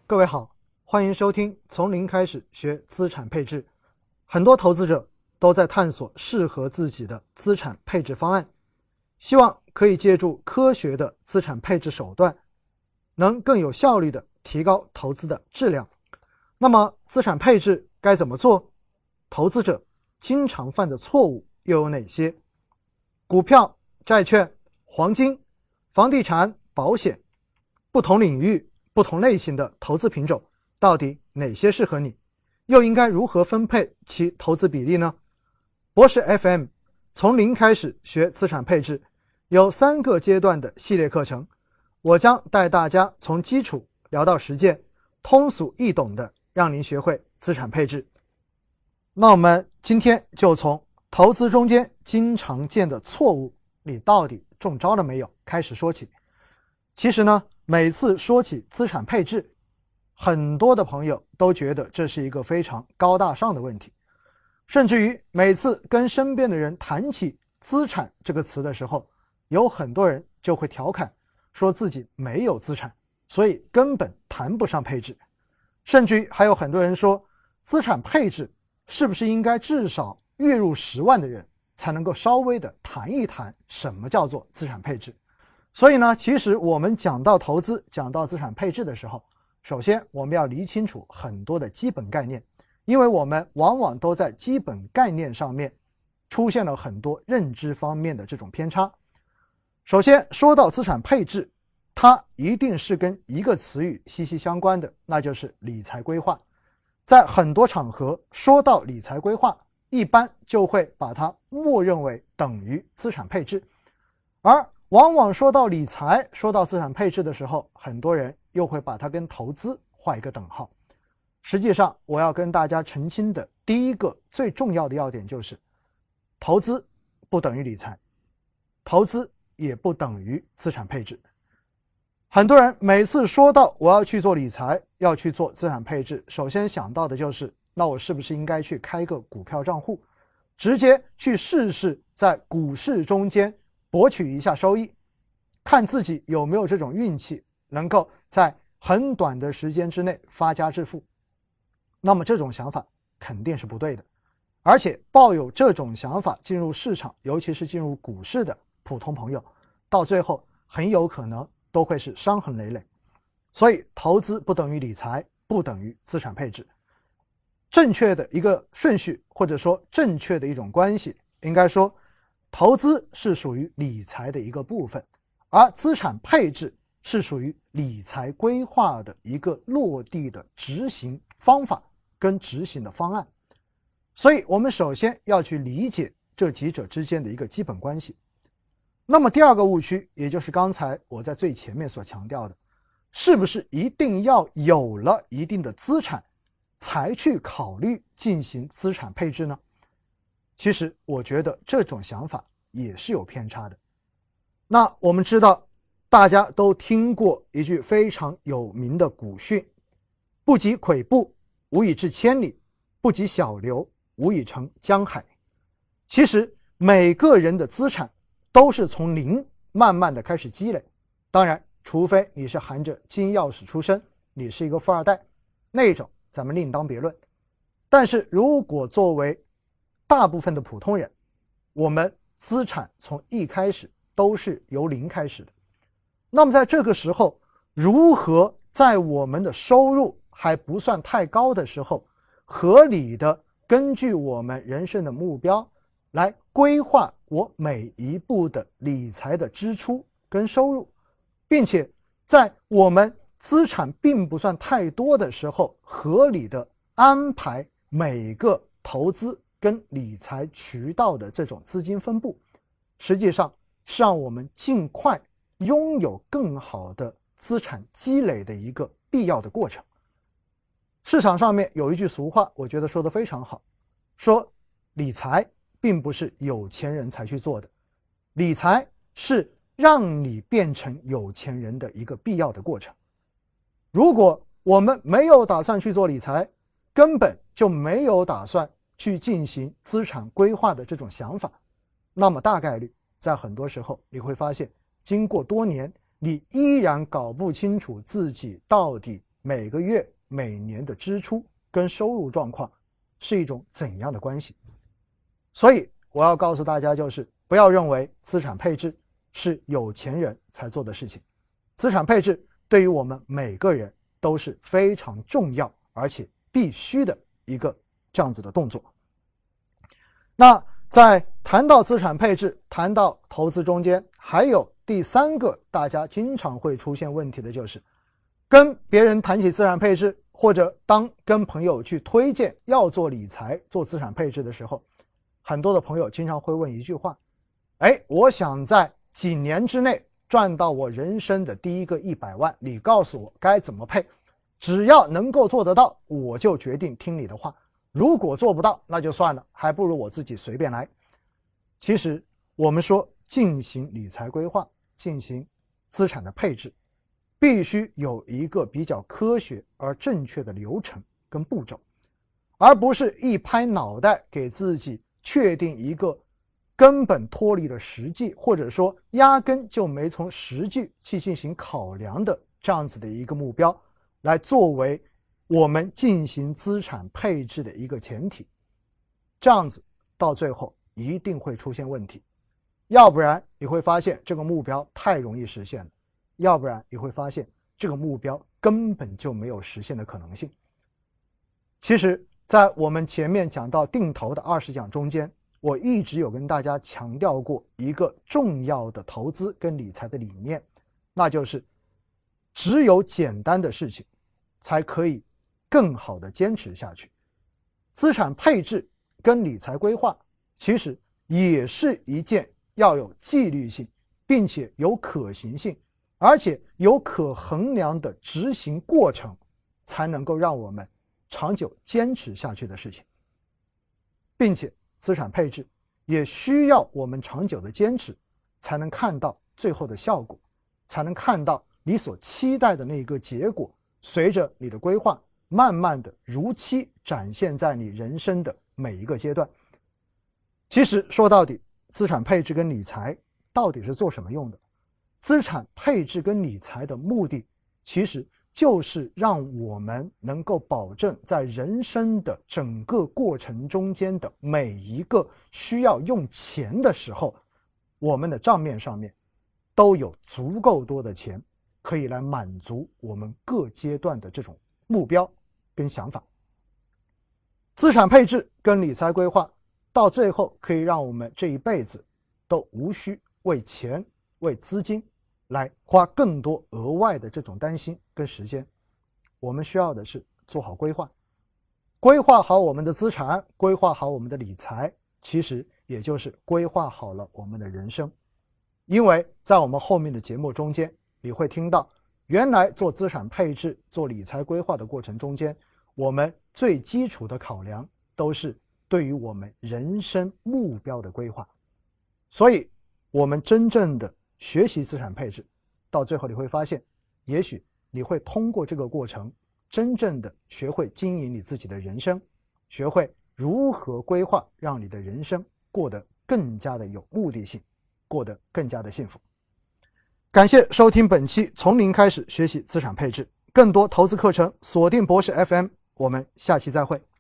各位好，欢迎收听从零开始学资产配置。很多投资者都在探索适合自己的资产配置方案，希望可以借助科学的资产配置手段，能更有效率地提高投资的质量。那么资产配置该怎么做？投资者经常犯的错误又有哪些？股票、债券、黄金、房地产、保险，不同领域不同类型的投资品种，到底哪些适合你？又应该如何分配其投资比例呢？博士 FM 从零开始学资产配置，有3个阶段的系列课程，我将带大家从基础聊到实践，通俗易懂的让您学会资产配置。那我们今天就从投资中间经常见的错误，你到底中招了没有开始说起。其实呢，每次说起资产配置，很多的朋友都觉得这是一个非常高大上的问题，甚至于每次跟身边的人谈起资产这个词的时候，有很多人就会调侃说自己没有资产，所以根本谈不上配置。甚至于还有很多人说，资产配置是不是应该至少月入10万的人才能够稍微的谈一谈什么叫做资产配置。所以呢，其实我们讲到投资，讲到资产配置的时候，首先我们要理清楚很多的基本概念，因为我们往往都在基本概念上面出现了很多认知方面的这种偏差。首先说到资产配置，它一定是跟一个词语息息相关的，那就是理财规划。在很多场合说到理财规划，一般就会把它默认为等于资产配置，而往往说到理财，说到资产配置的时候，很多人又会把它跟投资画一个等号。实际上，我要跟大家澄清的第一个最重要的要点就是，投资不等于理财，投资也不等于资产配置。很多人每次说到我要去做理财，要去做资产配置，首先想到的就是，那我是不是应该去开个股票账户，直接去试试在股市中间博取一下收益，看自己有没有这种运气，能够在很短的时间之内发家致富。那么这种想法肯定是不对的，而且抱有这种想法进入市场，尤其是进入股市的普通朋友，到最后很有可能都会是伤痕累累。所以投资不等于理财，不等于资产配置。正确的一个顺序，或者说正确的一种关系，应该说投资是属于理财的一个部分，而资产配置是属于理财规划的一个落地的执行方法跟执行的方案。所以我们首先要去理解这几者之间的一个基本关系。那么第二个误区，也就是刚才我在最前面所强调的，是不是一定要有了一定的资产才去考虑进行资产配置呢？其实我觉得这种想法也是有偏差的。那我们知道，大家都听过一句非常有名的古训，不积跬步，无以至千里，不积小流，无以成江海。其实每个人的资产都是从零慢慢的开始积累，当然除非你是含着金钥匙出生，你是一个富二代，那种咱们另当别论。但是如果作为大部分的普通人，我们资产从一开始都是由零开始的。那么在这个时候，如何在我们的收入还不算太高的时候，合理的根据我们人生的目标来规划我每一步的理财的支出跟收入，并且在我们资产并不算太多的时候，合理的安排每个投资跟理财渠道的这种资金分布，实际上是让我们尽快拥有更好的资产积累的一个必要的过程。市场上面有一句俗话，我觉得说得非常好，说理财并不是有钱人才去做的，理财是让你变成有钱人的一个必要的过程。如果我们没有打算去做理财，根本就没有打算去进行资产规划的这种想法，那么大概率在很多时候你会发现，经过多年，你依然搞不清楚自己到底每个月每年的支出跟收入状况是一种怎样的关系。所以我要告诉大家，就是不要认为资产配置是有钱人才做的事情，资产配置对于我们每个人都是非常重要而且必须的一个这样子的动作。那在谈到资产配置，谈到投资中间，还有第三个大家经常会出现问题的，就是跟别人谈起资产配置，或者当跟朋友去推荐要做理财做资产配置的时候，很多的朋友经常会问一句话，我想在几年之内赚到我人生的第一个100万，你告诉我该怎么配，只要能够做得到，我就决定听你的话，如果做不到那就算了，还不如我自己随便来。其实我们说进行理财规划，进行资产的配置，必须有一个比较科学而正确的流程跟步骤，而不是一拍脑袋给自己确定一个根本脱离了实际，或者说压根就没从实际去进行考量的这样子的一个目标，来作为我们进行资产配置的一个前提。这样子到最后一定会出现问题，要不然你会发现这个目标太容易实现了，要不然你会发现这个目标根本就没有实现的可能性。其实在我们前面讲到定投的20讲中间，我一直有跟大家强调过一个重要的投资跟理财的理念，那就是只有简单的事情才可以更好的坚持下去。资产配置跟理财规划其实也是一件要有纪律性，并且有可行性，而且有可衡量的执行过程，才能够让我们长久坚持下去的事情。并且资产配置也需要我们长久的坚持，才能看到最后的效果，才能看到你所期待的那个结果，随着你的规划慢慢的如期展现在你人生的每一个阶段。其实说到底，资产配置跟理财到底是做什么用的？资产配置跟理财的目的，其实就是让我们能够保证在人生的整个过程中间的每一个需要用钱的时候，我们的账面上面都有足够多的钱，可以来满足我们各阶段的这种目标跟想法。资产配置跟理财规划到最后可以让我们这一辈子都无需为钱为资金来花更多额外的这种担心跟时间。我们需要的是做好规划，规划好我们的资产，规划好我们的理财，其实也就是规划好了我们的人生。因为在我们后面的节目中间，你会听到原来做资产配置做理财规划的过程中间，我们最基础的考量都是对于我们人生目标的规划。所以我们真正的学习资产配置，到最后你会发现，也许你会通过这个过程真正的学会经营你自己的人生，学会如何规划，让你的人生过得更加的有目的性，过得更加的幸福。感谢收听本期从零开始学习资产配置，更多投资课程锁定博士 FM， 我们下期再会。